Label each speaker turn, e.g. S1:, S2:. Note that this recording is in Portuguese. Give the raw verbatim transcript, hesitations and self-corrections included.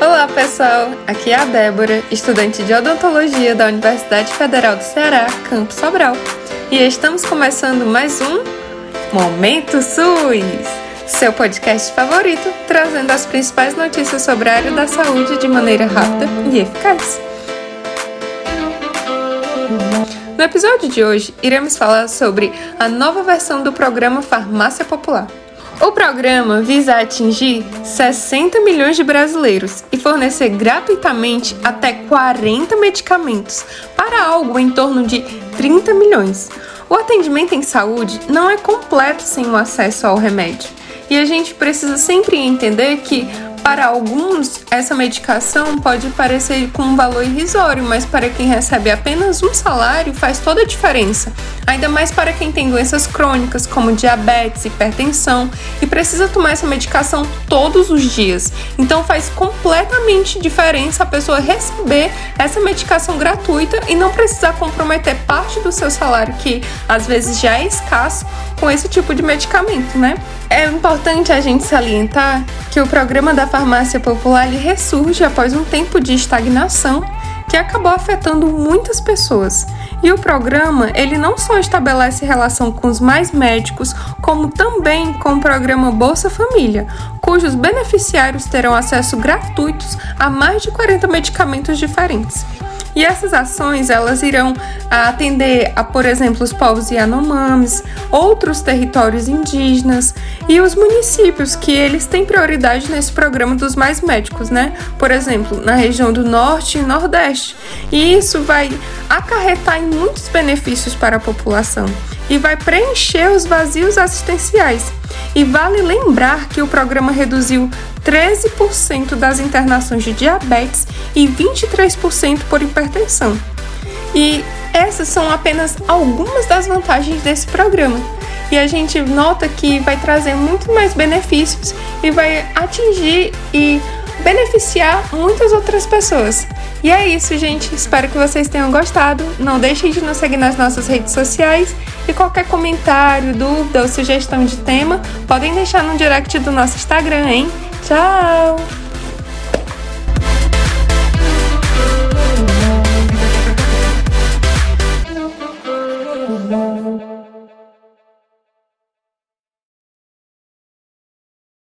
S1: Olá pessoal, aqui é a Débora, estudante de odontologia da Universidade Federal do Ceará, Campus Sobral. E estamos começando mais um Momento SUS, seu podcast favorito, trazendo as principais notícias sobre a área da saúde de maneira rápida e eficaz. No episódio de hoje, iremos falar sobre a nova versão do programa Farmácia Popular. O programa visa atingir sessenta milhões de brasileiros e fornecer gratuitamente até quarenta medicamentos para algo em torno de trinta milhões. O atendimento em saúde não é completo sem o acesso ao remédio. E a gente precisa sempre entender que, para alguns, essa medicação pode parecer com um valor irrisório, mas para quem recebe apenas um salário faz toda a diferença. Ainda mais para quem tem doenças crônicas como diabetes, hipertensão e precisa tomar essa medicação todos os dias. Então faz completamente diferença a pessoa receber essa medicação gratuita e não precisar comprometer parte do seu salário, que às vezes já é escasso, com esse tipo de medicamento, né? É importante a gente salientar que o programa da Farmácia Popular ele ressurge após um tempo de estagnação que acabou afetando muitas pessoas. E o programa ele não só estabelece relação com os mais médicos, como também com o programa Bolsa Família, cujos beneficiários terão acesso gratuitos a mais de quarenta medicamentos diferentes. E essas ações, elas irão atender a, por exemplo, os povos Yanomamis, outros territórios indígenas e os municípios que eles têm prioridade nesse programa dos mais médicos, né? Por exemplo, na região do Norte e Nordeste. E isso vai acarretar em muitos benefícios para a população e vai preencher os vazios assistenciais. E vale lembrar que o programa reduziu treze por cento das internações de diabetes e vinte e três por cento por hipertensão. E essas são apenas algumas das vantagens desse programa. E a gente nota que vai trazer muito mais benefícios e vai atingir e beneficiar muitas outras pessoas. E é isso, gente. Espero que vocês tenham gostado. Não deixem de nos seguir nas nossas redes sociais. E qualquer comentário, dúvida ou sugestão de tema, podem deixar no direct do nosso Instagram, hein? Tchau!